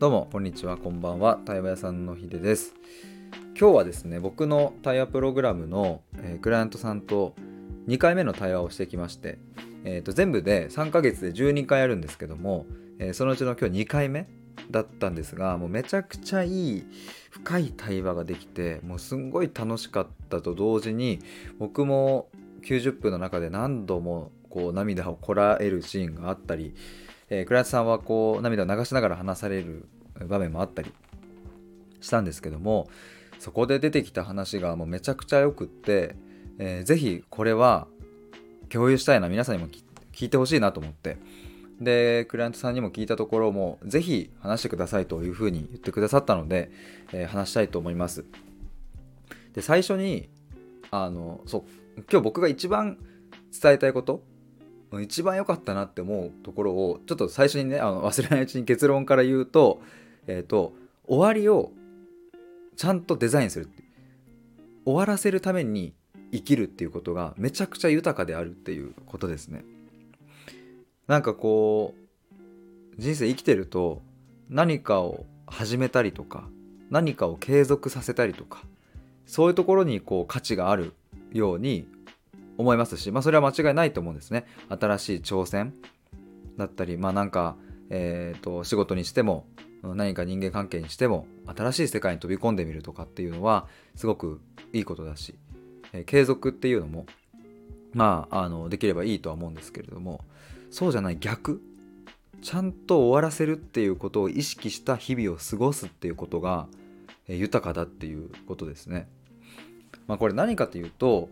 どうもこんにちは、こんばんは。対話屋さんのひでです。今日はですね、僕の対話プログラムの、クライアントさんと2回目の対話をしてきまして、全部で3ヶ月で12回あるんですけども、そのうちの今日2回目だったんですが、もうめちゃくちゃいい深い対話ができて、もうすんごい楽しかったと同時に、僕も90分の中で何度もこう涙をこらえるシーンがあったり、クライアントさんはこう涙を流しながら話される場面もあったりしたんですけども、そこで出てきた話がもうめちゃくちゃよくって、ぜひこれは共有したいな、皆さんにも聞いてほしいなと思って、でクライアントさんにも聞いたところもぜひ話してくださいというふうに言ってくださったので、話したいと思います。で最初に今日僕が一番伝えたいこと、一番良かったなって思うところをちょっと最初にね、忘れないうちに結論から言うと、終わりをちゃんとデザインするっていう、終わらせるために生きるっていうことがめちゃくちゃ豊かであるっていうことですね。なんかこう人生生きてると、何かを始めたりとか何かを継続させたりとか、そういうところにこう価値があるように思いますし、それは間違いないと思うんですね。新しい挑戦だったり、なんか、仕事にしても何か人間関係にしても新しい世界に飛び込んでみるとかっていうのはすごくいいことだし、継続っていうのもできればいいとは思うんですけれども、そうじゃない逆、ちゃんと終わらせるっていうことを意識した日々を過ごすっていうことが豊かだっていうことですね。これ何かというと、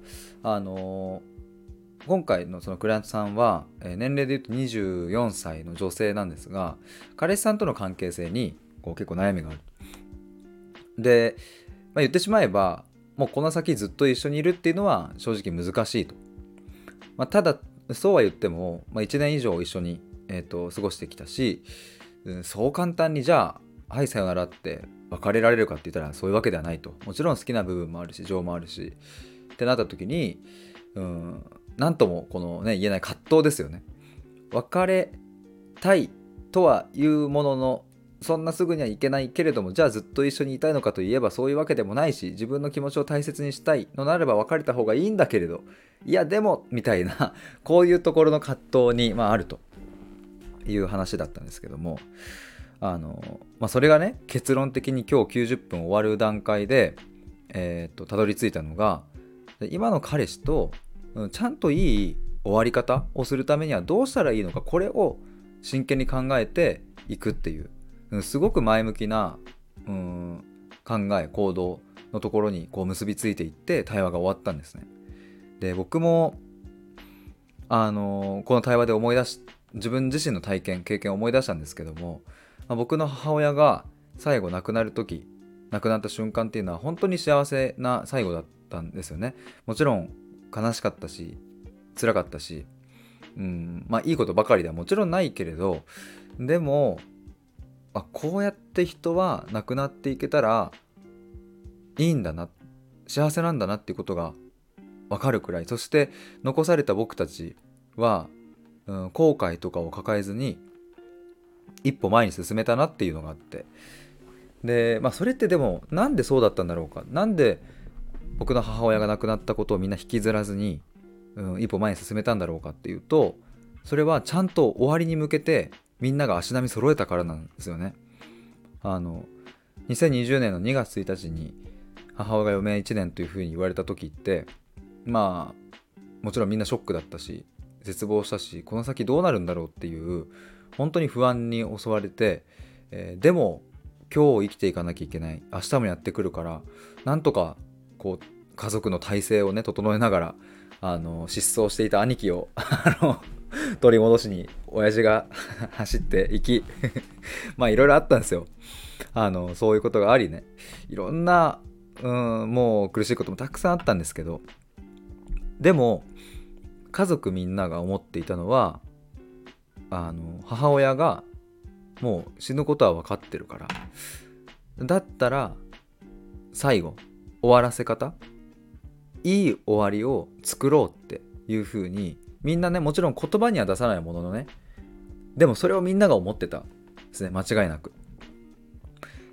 今回のそのクライアントさんは年齢で言うと24歳の女性なんですが、彼氏さんとの関係性にこう結構悩みがある。で、言ってしまえばもうこの先ずっと一緒にいるっていうのは正直難しいと。ただそうは言っても、1年以上一緒に、過ごしてきたし、そう簡単にじゃあはいさよならって別れられるかって言ったらそういうわけではないと。もちろん好きな部分もあるし情もあるしってなった時に、なんともこのね言えない葛藤ですよね。別れたいとはいうものの、そんなすぐにはいけないけれども、じゃあずっと一緒にいたいのかといえばそういうわけでもないし、自分の気持ちを大切にしたいのならば別れた方がいいんだけれど、いやでもみたいなこういうところの葛藤に、あるという話だったんですけども、それがね結論的に今日90分終わる段階でたどり着いたのが、今の彼氏とちゃんといい終わり方をするためにはどうしたらいいのか、これを真剣に考えていくっていう、すごく前向きな考え行動のところにこう結びついていって対話が終わったんですね。で僕もこの対話で思い出し、自分自身の経験を思い出したんですけども、僕の母親が最後亡くなった瞬間っていうのは本当に幸せな最後だったんですよね。もちろん悲しかったし辛かったし、いいことばかりではもちろんないけれど、でもこうやって人は亡くなっていけたらいいんだな、幸せなんだなっていうことが分かるくらい、そして残された僕たちは、後悔とかを抱えずに一歩前に進めたなっていうのがあって、で、それってでもなんでそうだったんだろうか、なんで僕の母親が亡くなったことをみんな引きずらずに、一歩前に進めたんだろうかっていうと、それはちゃんと終わりに向けてみんなが足並み揃えたからなんですよね。2020年の2月1日に母親が余命1年というふうに言われた時って、もちろんみんなショックだったし絶望したし、この先どうなるんだろうっていう本当に不安に襲われて、でも今日生きていかなきゃいけない、明日もやってくるから、なんとかこう家族の体制をね整えながら失踪していた兄貴を取り戻しに親父が走っていきいろいろあったんですよ。そういうことがありね、いろんなもう苦しいこともたくさんあったんですけど、でも家族みんなが思っていたのは、母親がもう死ぬことは分かってるから、だったら最後終わらせ方、いい終わりを作ろうっていう風にみんなね、もちろん言葉には出さないもののね、でもそれをみんなが思ってたですね、間違いなく。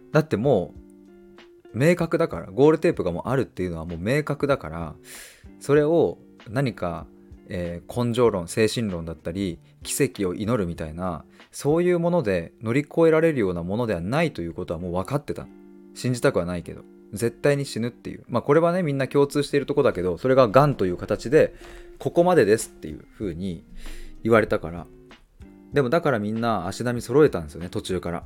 だってもう明確だから、ゴールテープがもうあるっていうのはもう明確だから、それを何か、根性論、精神論だったり奇跡を祈るみたいな、そういうもので乗り越えられるようなものではないということはもう分かってた。信じたくはないけど絶対に死ぬっていう、これはねみんな共通しているとこだけど、それが癌という形でここまでですっていう風に言われたから。でもだからみんな足並み揃えたんですよね、途中から。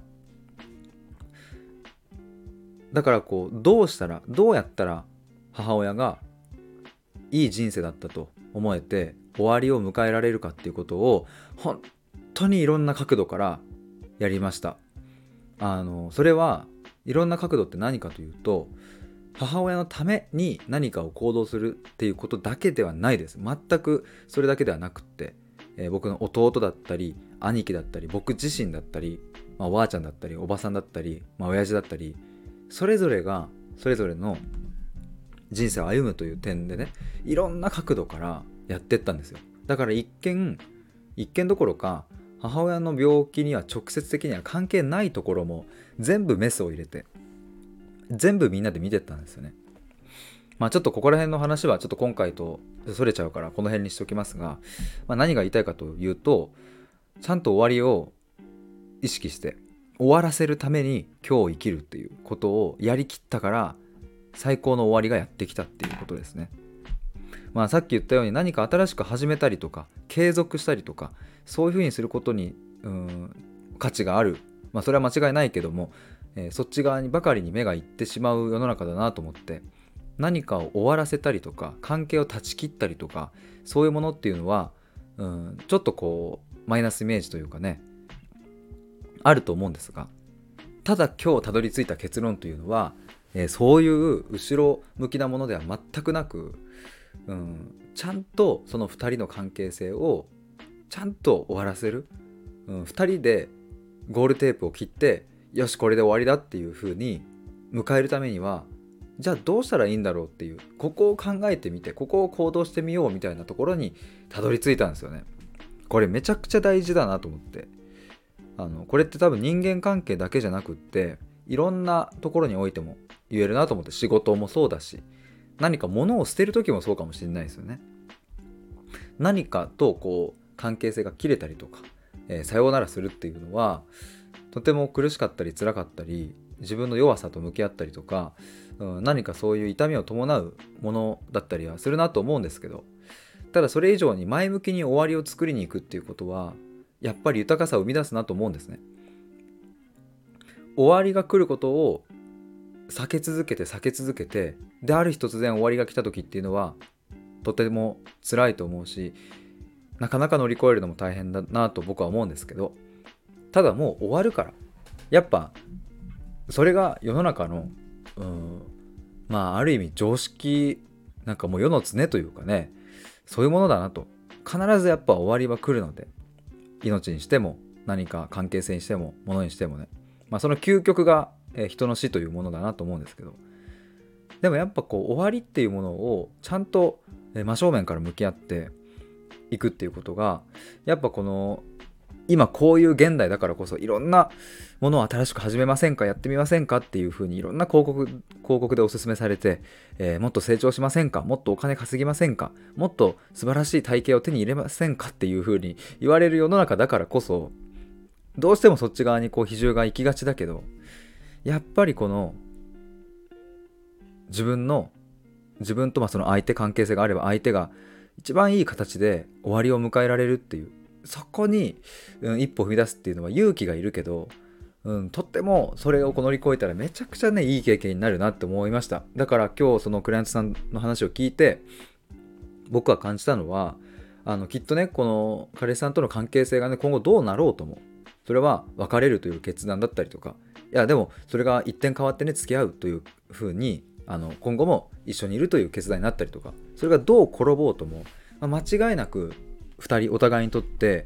だからこう、どうやったら母親がいい人生だったと思えて終わりを迎えられるかっていうことを本当にいろんな角度からやりました。それはいろんな角度って何かというと、母親のために何かを行動するっていうことだけではないです。全くそれだけではなくって、僕の弟だったり兄貴だったり僕自身だったり、おばあちゃんだったりおばさんだったり、親父だったり、それぞれがそれぞれの人生を歩むという点でね、いろんな角度からやってったんですよ。だから一見どころか母親の病気には直接的には関係ないところも全部メスを入れて全部みんなで見てったんですよね。ちょっとここら辺の話はちょっと今回とそれちゃうからこの辺にしておきますが、何が言いたいかというと、ちゃんと終わりを意識して終わらせるために今日生きるっていうことをやりきったから、最高の終わりがやってきたっていうことですね。さっき言ったように何か新しく始めたりとか継続したりとか、そういう風にすることに価値がある、それは間違いないけども、そっち側にばかりに目がいってしまう世の中だなと思って、何かを終わらせたりとか関係を断ち切ったりとか、そういうものっていうのはちょっとこうマイナスイメージというかね、あると思うんですが、ただ今日たどり着いた結論というのは、そういう後ろ向きなものでは全くなく、ちゃんとその2人の関係性をちゃんと終わらせる、2人でゴールテープを切ってよしこれで終わりだっていう風に迎えるためには、じゃあどうしたらいいんだろうっていう、ここを考えてみてここを行動してみようみたいなところにたどり着いたんですよね。これめちゃくちゃ大事だなと思って、これって多分人間関係だけじゃなくって、いろんなところにおいても言えるなと思って、仕事もそうだし、何か物を捨てる時もそうかもしれないですよね。何かとこう関係性が切れたりとか、さようならするっていうのはとても苦しかったり辛かったり、自分の弱さと向き合ったりとか、何かそういう痛みを伴うものだったりはするなと思うんですけど、ただそれ以上に前向きに終わりを作りに行くっていうことはやっぱり豊かさを生み出すなと思うんですね。終わりが来ることを避け続けて、である日突然終わりが来た時っていうのはとても辛いと思うし、なかなか乗り越えるのも大変だなと僕は思うんですけど、ただもう終わるから、やっぱそれが世の中のある意味常識、なんかもう世の常というかね、そういうものだなと。必ずやっぱ終わりは来るので、命にしても何か関係性にしても物にしてもね、その究極が人の死というものだなと思うんですけど、でもやっぱこう終わりっていうものをちゃんと真正面から向き合っていくっていうことが、やっぱこの今こういう現代だからこそ、いろんなものを新しく始めませんか、やってみませんかっていう風にいろんな広告でお勧めされて、もっと成長しませんか、もっとお金稼ぎませんか、もっと素晴らしい体型を手に入れませんかっていう風に言われる世の中だからこそ、どうしてもそっち側にこう比重が行きがちだけど、やっぱりこの自分とその相手、関係性があれば相手が一番いい形で終わりを迎えられるっていう、そこに、一歩踏み出すっていうのは勇気がいるけど、とってもそれを乗り越えたらめちゃくちゃねいい経験になるなって思いました。だから今日そのクライアントさんの話を聞いて僕が感じたのは、きっとねこの彼氏さんとの関係性がね今後どうなろうとも、それは別れるという決断だったりとか、いやでもそれが一点変わってね付き合うという風に今後も一緒にいるという決断になったりとか、それがどう転ぼうとも、間違いなく2人お互いにとって、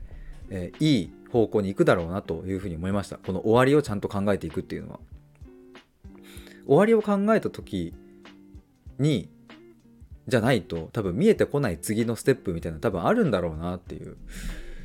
いい方向に行くだろうなというふうに思いました。この終わりをちゃんと考えていくっていうのは、終わりを考えた時にじゃないと多分見えてこない次のステップみたいな多分あるんだろうなっていう、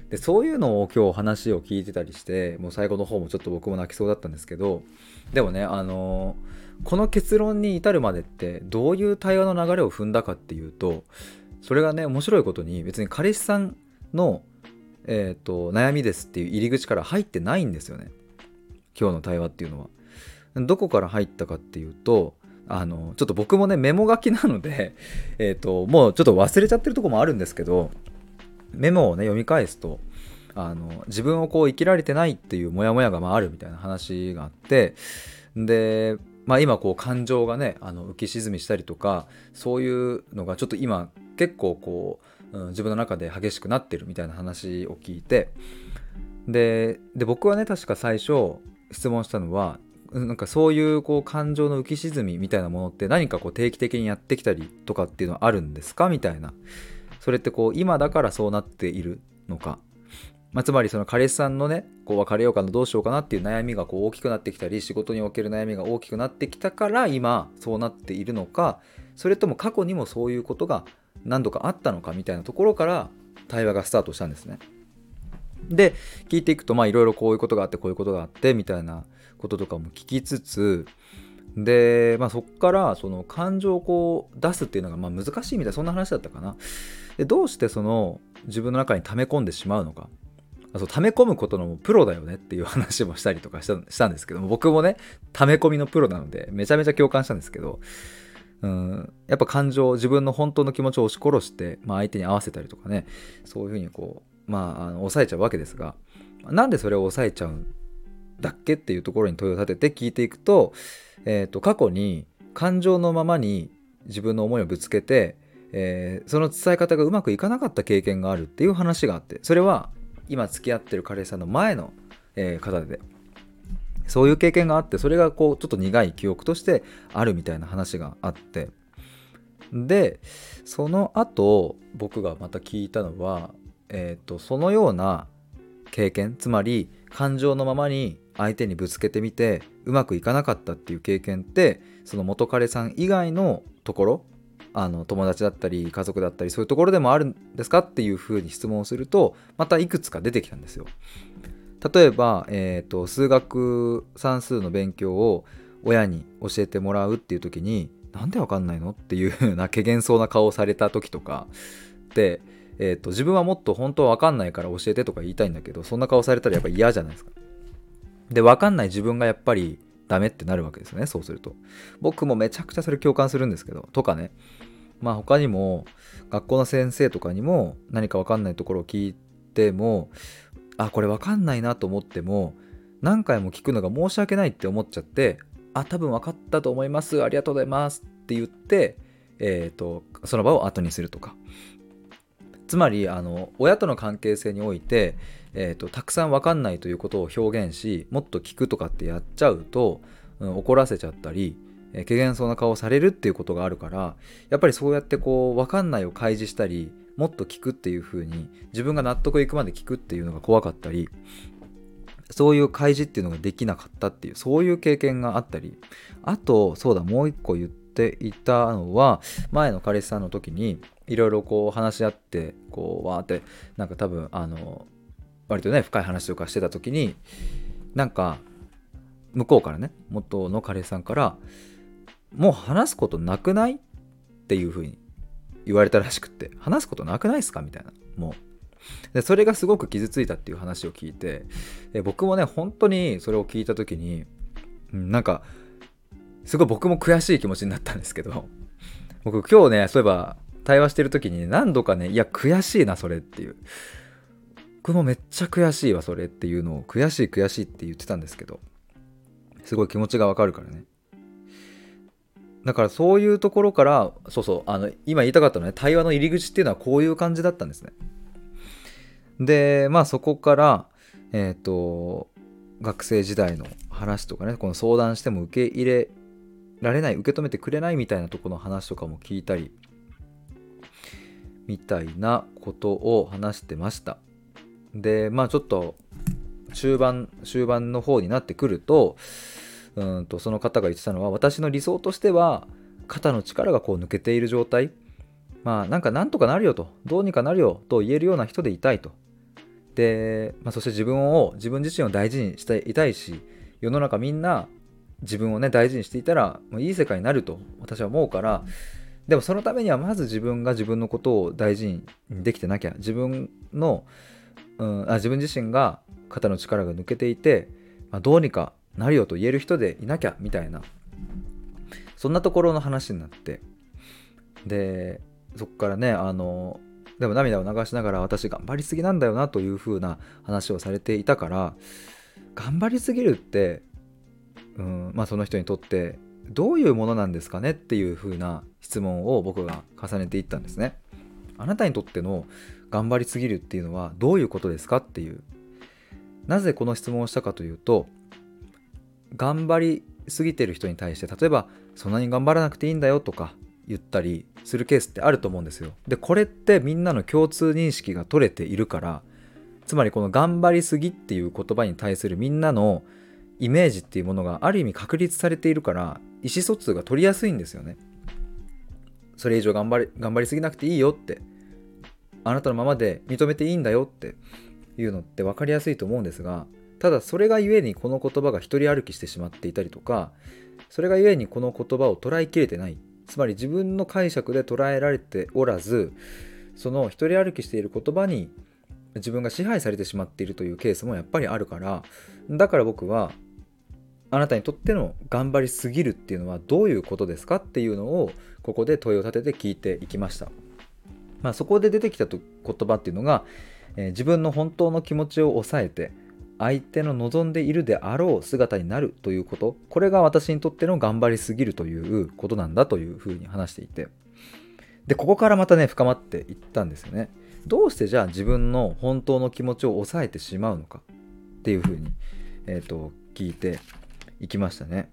でそういうのを今日話を聞いてたりして、もう最後の方もちょっと僕も泣きそうだったんですけど、でもねこの結論に至るまでってどういう対話の流れを踏んだかっていうと、それがね面白いことに別に彼氏さんの、悩みですっていう入り口から入ってないんですよね、今日の対話っていうのは。どこから入ったかっていうと、ちょっと僕もねメモ書きなのでもうちょっと忘れちゃってるとこもあるんですけど、メモをね読み返すと、自分をこう生きられてないっていうモヤモヤがあるみたいな話があって、で今こう感情がね浮き沈みしたりとか、そういうのがちょっと今結構こう、自分の中で激しくなってるみたいな話を聞いて、で僕はね確か最初質問したのは、なんかそういうこう感情の浮き沈みみたいなものって何かこう定期的にやってきたりとかっていうのはあるんですかみたいな。それってこう今だからそうなっているのか、つまりその彼氏さんのねこう別れようかなどうしようかなっていう悩みがこう大きくなってきたり、仕事における悩みが大きくなってきたから今そうなっているのか、それとも過去にもそういうことが何度かあったのかみたいなところから対話がスタートしたんですね。で聞いていくといろいろこういうことがあってこういうことがあってみたいなこととかも聞きつつ、で、そっからその感情をこう出すっていうのが難しいみたいな、そんな話だったかな。でどうしてその自分の中に溜め込んでしまうのか、溜め込むことのプロだよねっていう話もしたりとかしたんですけども、僕もね溜め込みのプロなのでめちゃめちゃ共感したんですけど、やっぱ感情、自分の本当の気持ちを押し殺して、相手に合わせたりとかね、そういうふうにこう抑えちゃうわけですが、なんでそれを抑えちゃうんだっけっていうところに問いを立てて聞いていくと、過去に感情のままに自分の思いをぶつけて、その伝え方がうまくいかなかった経験があるっていう話があって、それは今付き合ってる彼氏さんの前の、方でそういう経験があって、それがこうちょっと苦い記憶としてあるみたいな話があって、でその後僕がまた聞いたのは、そのような経験、つまり感情のままに相手にぶつけてみてうまくいかなかったっていう経験って、その元彼さん以外のところ、友達だったり家族だったりそういうところでもあるんですかっていうふうに質問をすると、またいくつか出てきたんですよ。例えば、数学算数の勉強を親に教えてもらうっていう時に、なんでわかんないのっていう風な怪げそうな顔をされた時とかで、自分はもっと本当はわかんないから教えてとか言いたいんだけど、そんな顔されたらやっぱ嫌じゃないですか。でわかんない自分がやっぱりダメってなるわけですよね。そうすると僕もめちゃくちゃそれ共感するんですけど、とかね、他にも学校の先生とかにも何かわかんないところを聞いても、これわかんないなと思っても何回も聞くのが申し訳ないって思っちゃって、多分わかったと思います、ありがとうございますって言って、その場を後にするとか。つまり親との関係性において、たくさんわかんないということを表現し、もっと聞くとかってやっちゃうと、怒らせちゃったり、怪げそうな顔をされるっていうことがあるから、やっぱりそうやってこうわかんないを開示したり、もっと聞くっていう風に自分が納得いくまで聞くっていうのが怖かったり、そういう開示っていうのができなかったっていう、そういう経験があったり、あとそうだ、もう一個言っていたのは、前の彼氏さんの時にいろいろこう話し合って、こうわーってなんか多分割とね深い話とかしてた時に、なんか向こうからね、元の彼氏さんからもう話すことなくないっていう風に言われたらしくって、話すことなくないっすかみたいな、もうでそれがすごく傷ついたっていう話を聞いて、僕もね本当にそれを聞いた時に、なんかすごい僕も悔しい気持ちになったんですけど、僕今日ねそういえば対話してる時に何度かね、いや悔しいなそれっていう、僕もめっちゃ悔しいわそれっていうのを悔しい悔しいって言ってたんですけど、すごい気持ちがわかるからね。だからそういうところから、今言いたかったのはね、対話の入り口っていうのはこういう感じだったんですね。でそこから学生時代の話とかね、この相談しても受け入れられない、受け止めてくれないみたいなところの話とかも聞いたりみたいなことを話してました。でちょっと終盤の方になってくると、その方が言ってたのは、私の理想としては肩の力がこう抜けている状態、なんとかなるよと、どうにかなるよと言えるような人でいたいと。 で、そして自分自身を大事にしていたいし、世の中みんな自分をね大事にしていたらもういい世界になると私は思うから、でもそのためにはまず自分が自分のことを大事にできてなきゃ、自分自身が肩の力が抜けていて、どうにかなるよと言える人でいなきゃみたいな、そんなところの話になって、でそこからねでも涙を流しながら私頑張りすぎなんだよなという風な話をされていたから、頑張りすぎるって、その人にとってどういうものなんですかねっていう風な質問を僕が重ねていったんですね。あなたにとっての頑張りすぎるっていうのはどういうことですかっていう。なぜこの質問をしたかというと、頑張りすぎてる人に対して、例えばそんなに頑張らなくていいんだよとか言ったりするケースってあると思うんですよ。でこれってみんなの共通認識が取れているから、つまりこの頑張りすぎっていう言葉に対するみんなのイメージっていうものがある意味確立されているから、意思疎通が取りやすいんですよね。それ以上頑張りすぎなくていいよって、あなたのままで認めていいんだよっていうのって分かりやすいと思うんですが、ただそれがゆえにこの言葉が一人歩きしてしまっていたりとか、それがゆえにこの言葉を捉えきれてない、つまり自分の解釈で捉えられておらず、その一人歩きしている言葉に自分が支配されてしまっているというケースもやっぱりあるから、だから僕はあなたにとっての頑張りすぎるっていうのはどういうことですかっていうのをここで問いを立てて聞いていきました。そこで出てきた言葉っていうのが、自分の本当の気持ちを抑えて相手の望んでいるであろう姿になるということ、これが私にとっての頑張りすぎるということなんだというふうに話していて、でここからまたね深まっていったんですよね。どうしてじゃあ自分の本当の気持ちを抑えてしまうのかっていうふうに、聞いていきましたね。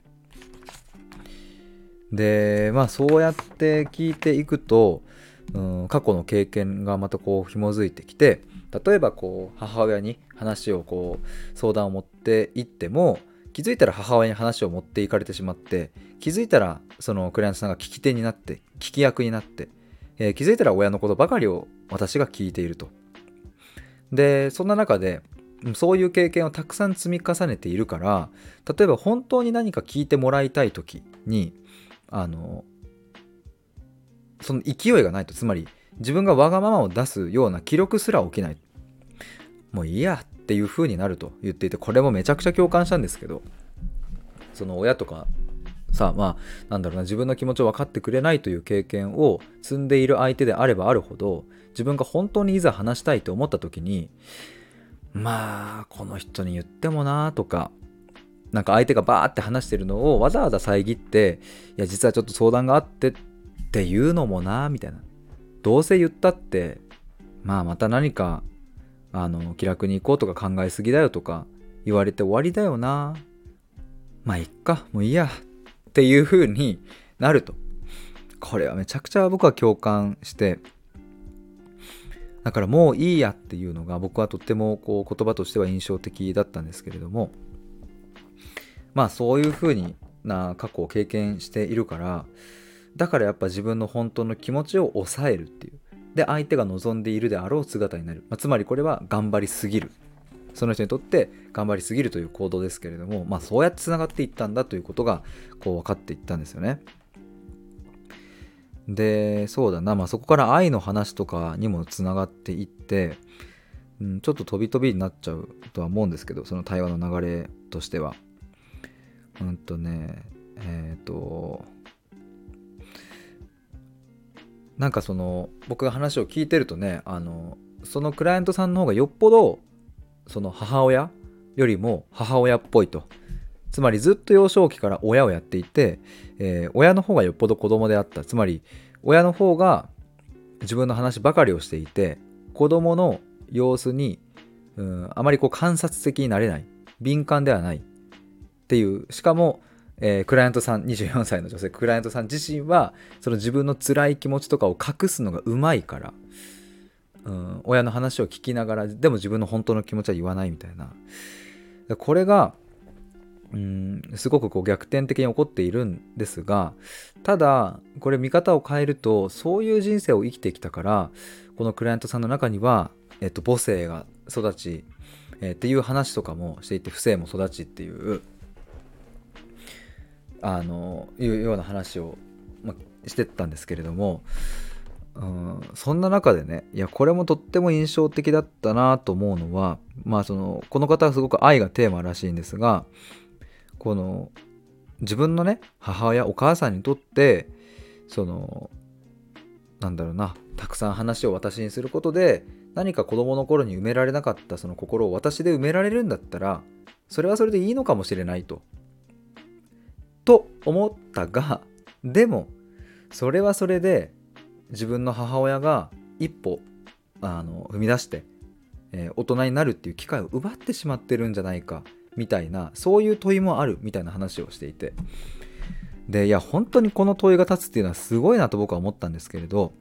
でそうやって聞いていくと、過去の経験がまたこう紐づいてきて、例えばこう母親に話を相談を持っていっても、気づいたら母親に話を持っていかれてしまって、気づいたらそのクライアントさんが聞き手になって聞き役になって、気づいたら親のことばかりを私が聞いていると。でそんな中でそういう経験をたくさん積み重ねているから、例えば本当に何か聞いてもらいたい時にその勢いがないと、つまり自分がわがままを出すような気力すら起きない、もういいやっていう風になると言っていて、これもめちゃくちゃ共感したんですけど、その親とかさ、自分の気持ちを分かってくれないという経験を積んでいる相手であればあるほど、自分が本当にいざ話したいと思った時に、この人に言ってもなとか、なんか相手がバーって話してるのをわざわざ遮って、いや実はちょっと相談があってっていうのもなみたいな、どうせ言ったってまた何か気楽に行こうとか考えすぎだよとか言われて終わりだよな、いっかもういいやっていう風になると。これはめちゃくちゃ僕は共感して、だからもういいやっていうのが僕はとっても言葉としては印象的だったんですけれども、そういう風な過去を経験しているから、だからやっぱ自分の本当の気持ちを抑えるっていう、で相手が望んでいるであろう姿になる、つまりこれは頑張りすぎる、その人にとって頑張りすぎるという行動ですけれども、そうやってつながっていったんだということが分かっていったんですよね。でそうだな、そこから愛の話とかにもつながっていって、ちょっと飛び飛びになっちゃうとは思うんですけど、その対話の流れとしてはなんかその僕が話を聞いてるとね、そのクライアントさんの方がよっぽどその母親よりも母親っぽいと。つまりずっと幼少期から親をやっていて、親の方がよっぽど子供であった。つまり親の方が自分の話ばかりをしていて、子供の様子にあまり観察的になれない、敏感ではないっていう。しかも、クライアントさん、24歳の女性クライアントさん自身はその自分の辛い気持ちとかを隠すのがうまいから、親の話を聞きながらでも自分の本当の気持ちは言わないみたいな。これがすごく逆転的に起こっているんですが、ただこれ見方を変えると、そういう人生を生きてきたから、このクライアントさんの中には、母性が育ち、っていう話とかもしていて、不正も育ちっていういうような話を、してったんですけれども、そんな中でね、いやこれもとっても印象的だったなと思うのは、この方はすごく愛がテーマらしいんですが、この自分のね母親お母さんにとってなんだろうな、たくさん話を私にすることで何か子供の頃に埋められなかったその心を私で埋められるんだったら、それはそれでいいのかもしれないと思ったが、でもそれはそれで自分の母親が一歩踏み出して、大人になるっていう機会を奪ってしまってるんじゃないかみたいな、そういう問いもあるみたいな話をしていて、でいや本当にこの問いが立つっていうのはすごいなと僕は思ったんですけれど、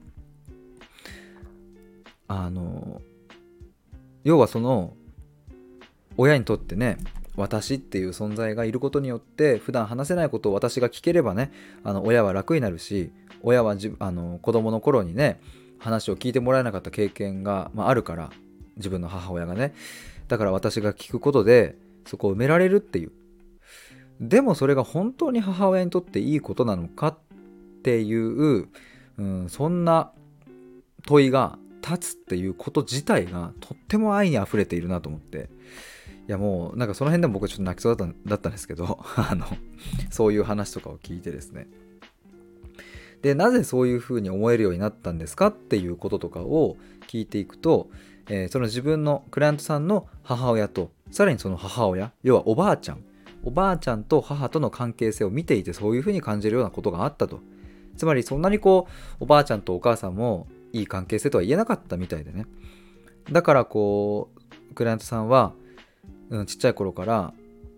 要はその親にとってね、私っていう存在がいることによって普段話せないことを私が聞ければね、親は楽になるし、親は子供の頃にね話を聞いてもらえなかった経験が、あるから、自分の母親がね、だから私が聞くことでそこを埋められるっていう。でもそれが本当に母親にとっていいことなのかっていう、そんな問いが立つっていうこと自体がとっても愛にあふれているなと思って、いやもうなんかその辺でも僕ちょっと泣きそうだったんですけどそういう話とかを聞いてですね、でなぜそういうふうに思えるようになったんですかっていうこととかを聞いていくと、その自分のクライアントさんの母親と、さらにその母親、要はおばあちゃんと母との関係性を見ていて、そういうふうに感じるようなことがあったと。つまりそんなにおばあちゃんとお母さんもいい関係性とは言えなかったみたいでね。だからクライアントさんは、ちっちゃい頃から、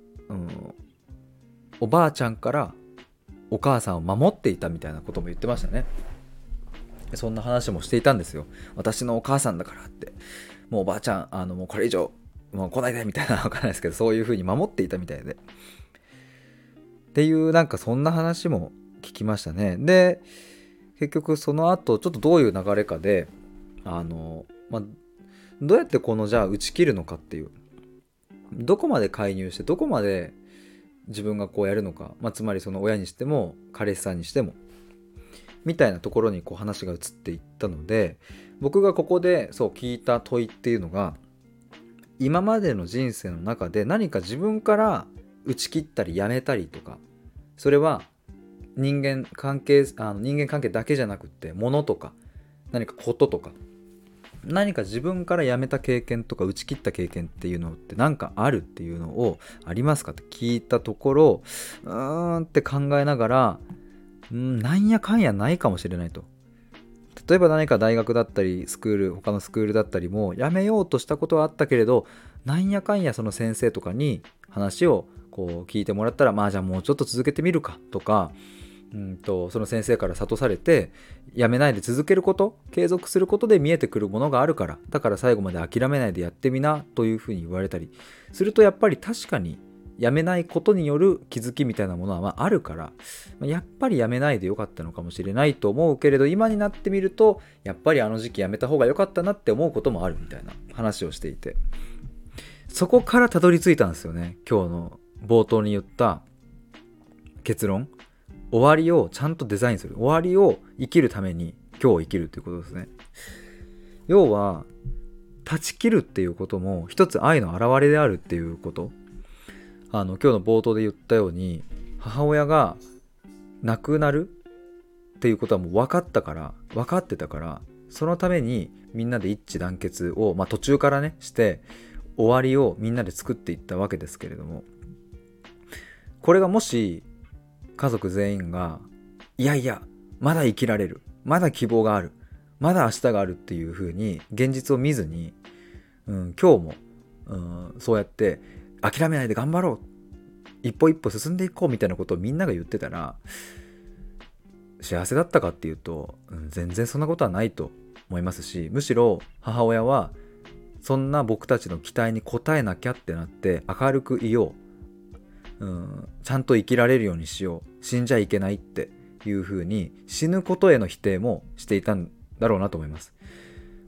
おばあちゃんからお母さんを守っていたみたいなことも言ってましたね。そんな話もしていたんですよ。私のお母さんだからって、もうおばあちゃんもうこれ以上もう来ないでみたいな、わかんないですけど、そういう風に守っていたみたいでっていう、なんかそんな話も聞きましたね。で結局その後ちょっとどういう流れかでどうやってじゃあ打ち切るのかっていう、どこまで介入してどこまで自分がやるのか、つまりその親にしても彼氏さんにしてもみたいなところに話が移っていったので、僕がここで聞いた問いっていうのが、今までの人生の中で何か自分から打ち切ったりやめたりとか、それは人間関係だけじゃなくって、物とか何かこととか、何か自分からやめた経験とか打ち切った経験っていうのって何かあるっていうのをありますかって聞いたところ、って考えながら、なんやかんやないかもしれないと。例えば何か大学だったり他のスクールだったりも辞めようとしたことはあったけれど、なんやかんやその先生とかに話を聞いてもらったら、じゃあもうちょっと続けてみるかとか、その先生から諭されて辞めないで続けること、継続することで見えてくるものがあるから、だから最後まで諦めないでやってみなというふうに言われたりすると、やっぱり確かに辞めないことによる気づきみたいなものはあるから、やっぱり辞めないでよかったのかもしれないと思うけれど、今になってみるとやっぱりあの時期辞めた方が良かったなって思うこともあるみたいな話をしていて、そこからたどり着いたんですよね。今日の冒頭に言った結論、終わりをちゃんとデザインする、終わりを生きるために今日を生きるということですね。要は断ち切るっていうことも一つ愛の表れであるっていうこと。今日の冒頭で言ったように、母親が亡くなるっていうことはもう分かってたから、そのためにみんなで一致団結を、途中からねして終わりをみんなで作っていったわけですけれども、これがもし家族全員がいやいやまだ生きられる、まだ希望がある、まだ明日があるっていう風に現実を見ずに、今日も、そうやって諦めないで頑張ろう、一歩一歩進んでいこうみたいなことをみんなが言ってたら幸せだったかっていうと、全然そんなことはないと思いますし、むしろ母親はそんな僕たちの期待に応えなきゃってなって明るくいよう、ちゃんと生きられるようにしよう、死んじゃいけないっていう風に死ぬことへの否定もしていたんだろうなと思います。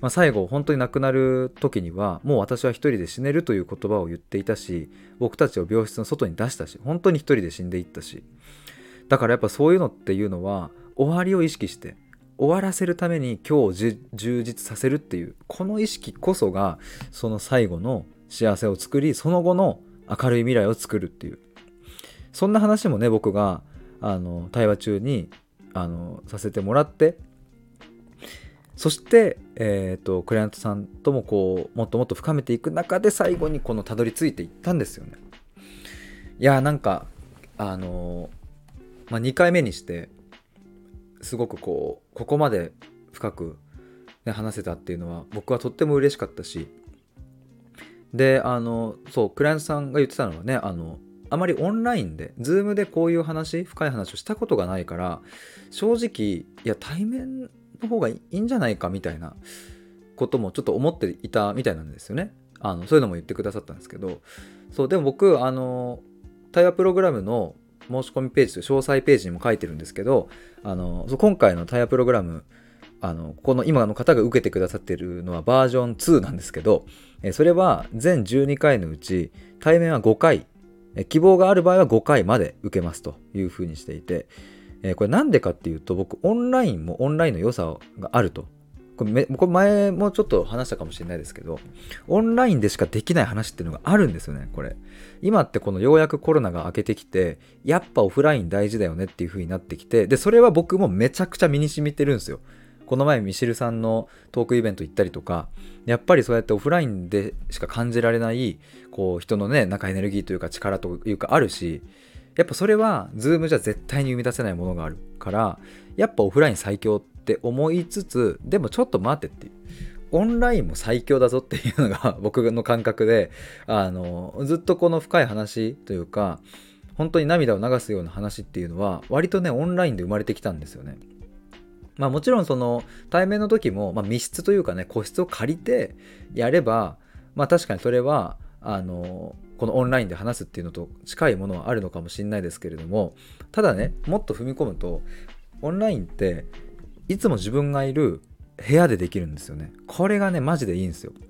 最後本当に亡くなる時にはもう私は一人で死ねるという言葉を言っていたし、僕たちを病室の外に出したし、本当に一人で死んでいったし、だからやっぱそういうのっていうのは終わりを意識して終わらせるために今日を充実させるっていう、この意識こそがその最後の幸せを作り、その後の明るい未来を作るっていう、そんな話もね僕が対話中にさせてもらって、そして、クライアントさんともこうもっともっと深めていく中で最後にこのたどり着いていったんですよね。いやなんか2回目にしてすごくここまで深く、ね、話せたっていうのは僕はとっても嬉しかったし、でそうクライアントさんが言ってたのはね、あまりオンラインで Zoom でこういう話、深い話をしたことがないから、正直いや対面の方がいいんじゃないかみたいなこともちょっと思っていたみたいなんですよね。そういうのも言ってくださったんですけど、そうでも僕対話プログラムの申し込みページという詳細ページにも書いてるんですけど、今回の対話プログラムこの今の方が受けてくださっているのはバージョン2なんですけど、それは全12回のうち対面は5回、希望がある場合は5回まで受けますというふうにしていて、これなんでかっていうと、僕オンラインもオンラインの良さがあると、これ前もちょっと話したかもしれないですけど、オンラインでしかできない話っていうのがあるんですよね。これ今ってこのようやくコロナが明けてきて、やっぱオフライン大事だよねっていう風になってきて、でそれは僕もめちゃくちゃ身に染みてるんですよ。この前ミシルさんのトークイベント行ったりとか、やっぱりそうやってオフラインでしか感じられないこう人のね、中エネルギーというか力というかあるし、やっぱそれはズームじゃ絶対に生み出せないものがあるから、やっぱオフライン最強って思いつつ、でもちょっと待ってっていう、オンラインも最強だぞっていうのが僕の感覚で、ずっとこの深い話というか本当に涙を流すような話っていうのは割とねオンラインで生まれてきたんですよね。もちろんその対面の時も、密室というかね、個室を借りてやれば、確かにそれはこのオンラインで話すっていうのと近いものはあるのかもしれないですけれども、ただねもっと踏み込むとオンラインっていつも自分がいる部屋でできるんですよね。これがねマジでいいんですよ。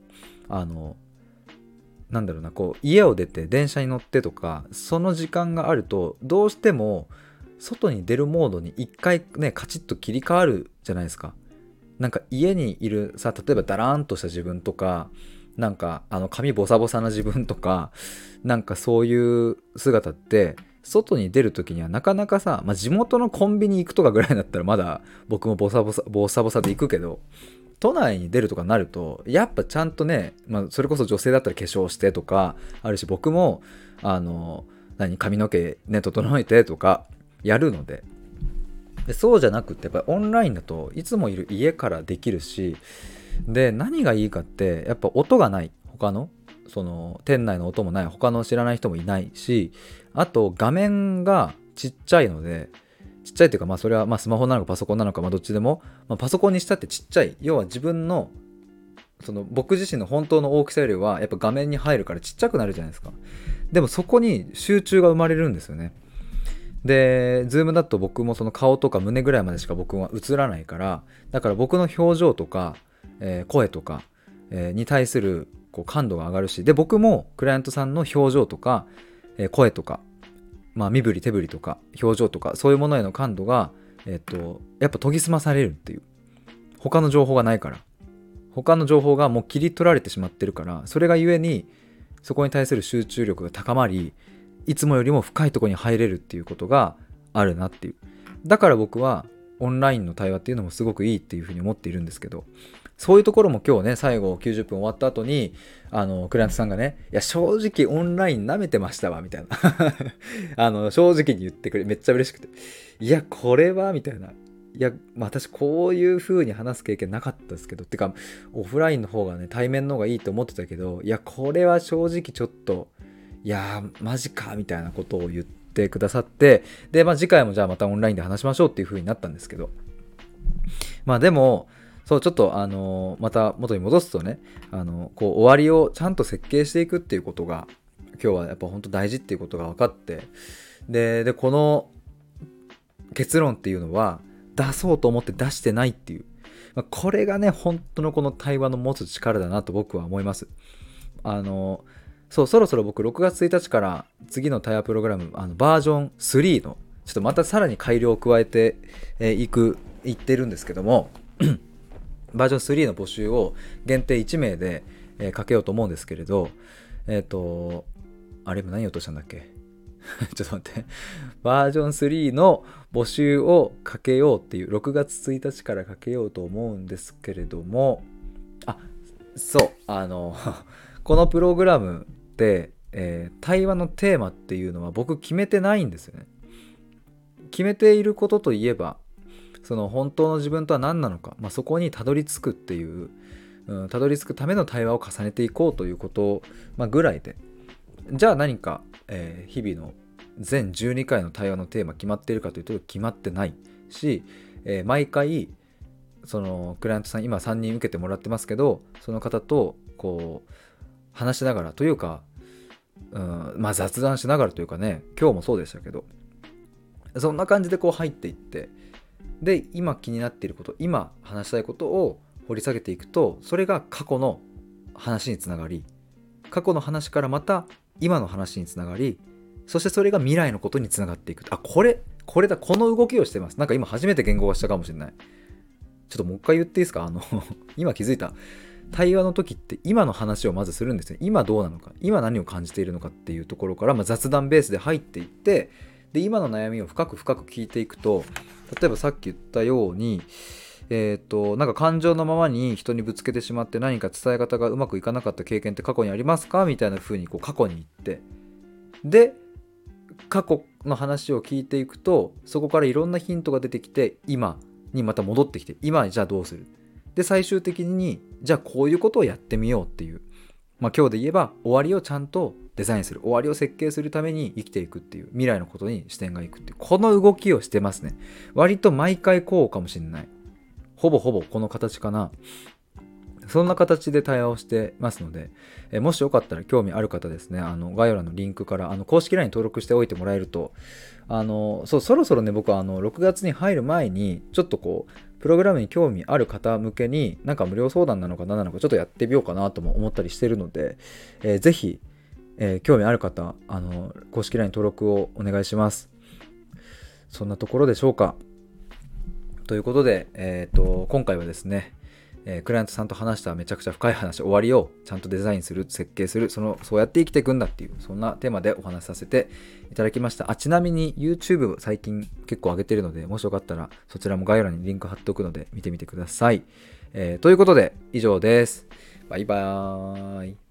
なんだろうな、こう家を出て電車に乗ってとかその時間があるとどうしても外に出るモードに一回ねカチッと切り替わるじゃないですか。なんか家にいるさ、例えばダラーンとした自分とか、なんか髪ボサボサな自分とか、なんかそういう姿って外に出るときにはなかなかさ、地元のコンビニ行くとかぐらいだったらまだ僕もボサボサで行くけど、都内に出るとかなるとやっぱちゃんとね、それこそ女性だったら化粧してとかあるし、僕も髪の毛ね整えてとかやるので、そうじゃなくってやっぱりオンラインだといつもいる家からできるし、で何がいいかってやっぱ音がない、他のその店内の音もない、他の知らない人もいないし、あと画面がちっちゃいので、ちっちゃいっていうかそれはスマホなのかパソコンなのかどっちでも、パソコンにしたってちっちゃい、要は自分のその僕自身の本当の大きさよりはやっぱ画面に入るからちっちゃくなるじゃないですか。でもそこに集中が生まれるんですよね。で、ズームだと僕もその顔とか胸ぐらいまでしか僕は映らないから、だから僕の表情とか、声とか、に対するこう感度が上がるし、で僕もクライアントさんの表情とか、声とか、身振り手振りとか表情とかそういうものへの感度が、やっぱ研ぎ澄まされるっていう、他の情報がないから、他の情報がもう切り取られてしまってるから、それがゆえにそこに対する集中力が高まり、いつもよりも深いところに入れるっていうことがあるなっていう。だから僕はオンラインの対話っていうのもすごくいいっていうふうに思っているんですけど、そういうところも今日ね最後90分終わった後にクライアントさんがね、いや正直オンライン舐めてましたわみたいな正直に言ってくれ、めっちゃ嬉しくて、いやこれはみたいな、いや私こういう風に話す経験なかったですけど、ってかオフラインの方がね対面の方がいいと思ってたけど、いやこれは正直ちょっと、いやマジかみたいなことを言ってくださって、で次回もじゃあまたオンラインで話しましょうっていう風になったんですけど、でもそうちょっとまた元に戻すとね、こう終わりをちゃんと設計していくっていうことが今日はやっぱ本当大事っていうことが分かって、でこの結論っていうのは出そうと思って出してないっていう、 これがね本当のこの対話の持つ力だなと僕は思います。そろそろ僕6月1日から次の対話プログラムバージョン3のちょっとまたさらに改良を加えていってるんですけどもバージョン3の募集を限定1名でかけようと思うんですけれどあれ今何を落としたんだっけちょっと待って。バージョン3の募集をかけようっていう、6月1日からかけようと思うんですけれども、そう、このプログラムで、対話のテーマっていうのは僕決めてないんですよね。決めていることといえば、その本当の自分とは何なのか、そこにたどり着くっていう、たどり着くための対話を重ねていこうということ、ぐらいで、じゃあ何か、日々の全12回の対話のテーマ決まっているかというと決まってないし、毎回そのクライアントさん今3人受けてもらってますけどその方とこう話しながらというか、雑談しながらというかね今日もそうでしたけどそんな感じでこう入っていってで今気になっていること今話したいことを掘り下げていくとそれが過去の話につながり過去の話からまた今の話につながりそしてそれが未来のことにつながっていく。これだ、この動きをしてます。なんか今初めて言語化したかもしれない。ちょっともう一回言っていいですか？今気づいた。対話の時って今の話をまずするんですよ。今どうなのか、今何を感じているのかっていうところから、雑談ベースで入っていって、で、今の悩みを深く聞いていくと、例えばさっき言ったように、なんか感情のままに人にぶつけてしまって何か伝え方がうまくいかなかった経験って過去にありますかみたいな風にこう過去に行って、で、過去の話を聞いていくとそこからいろんなヒントが出てきて今にまた戻ってきて今じゃあどうするで最終的にじゃあこういうことをやってみようっていう今日で言えば終わりをちゃんとデザインする終わりを設計するために生きていくっていう未来のことに視点がいくっていうこの動きをしてますね。割と毎回こうかもしれないほぼこの形かな。そんな形で対話をしてますので、もしよかったら興味ある方ですね、概要欄のリンクから公式 LINE 登録しておいてもらえると、そろそろね、僕は6月に入る前に、ちょっとこう、プログラムに興味ある方向けに、なんか無料相談なのか何なのか、ちょっとやってみようかなとも思ったりしてるので、ぜひ、興味ある方、公式 LINE 登録をお願いします。そんなところでしょうか。ということで、今回はですね、クライアントさんと話しためちゃくちゃ深い話終わりをちゃんとデザインする設計するそうやって生きていくんだっていうそんなテーマでお話しさせていただきました。ちなみに YouTube 最近結構上げてるのでもしよかったらそちらも概要欄にリンク貼っておくので見てみてください。ということで以上です。バイバーイ。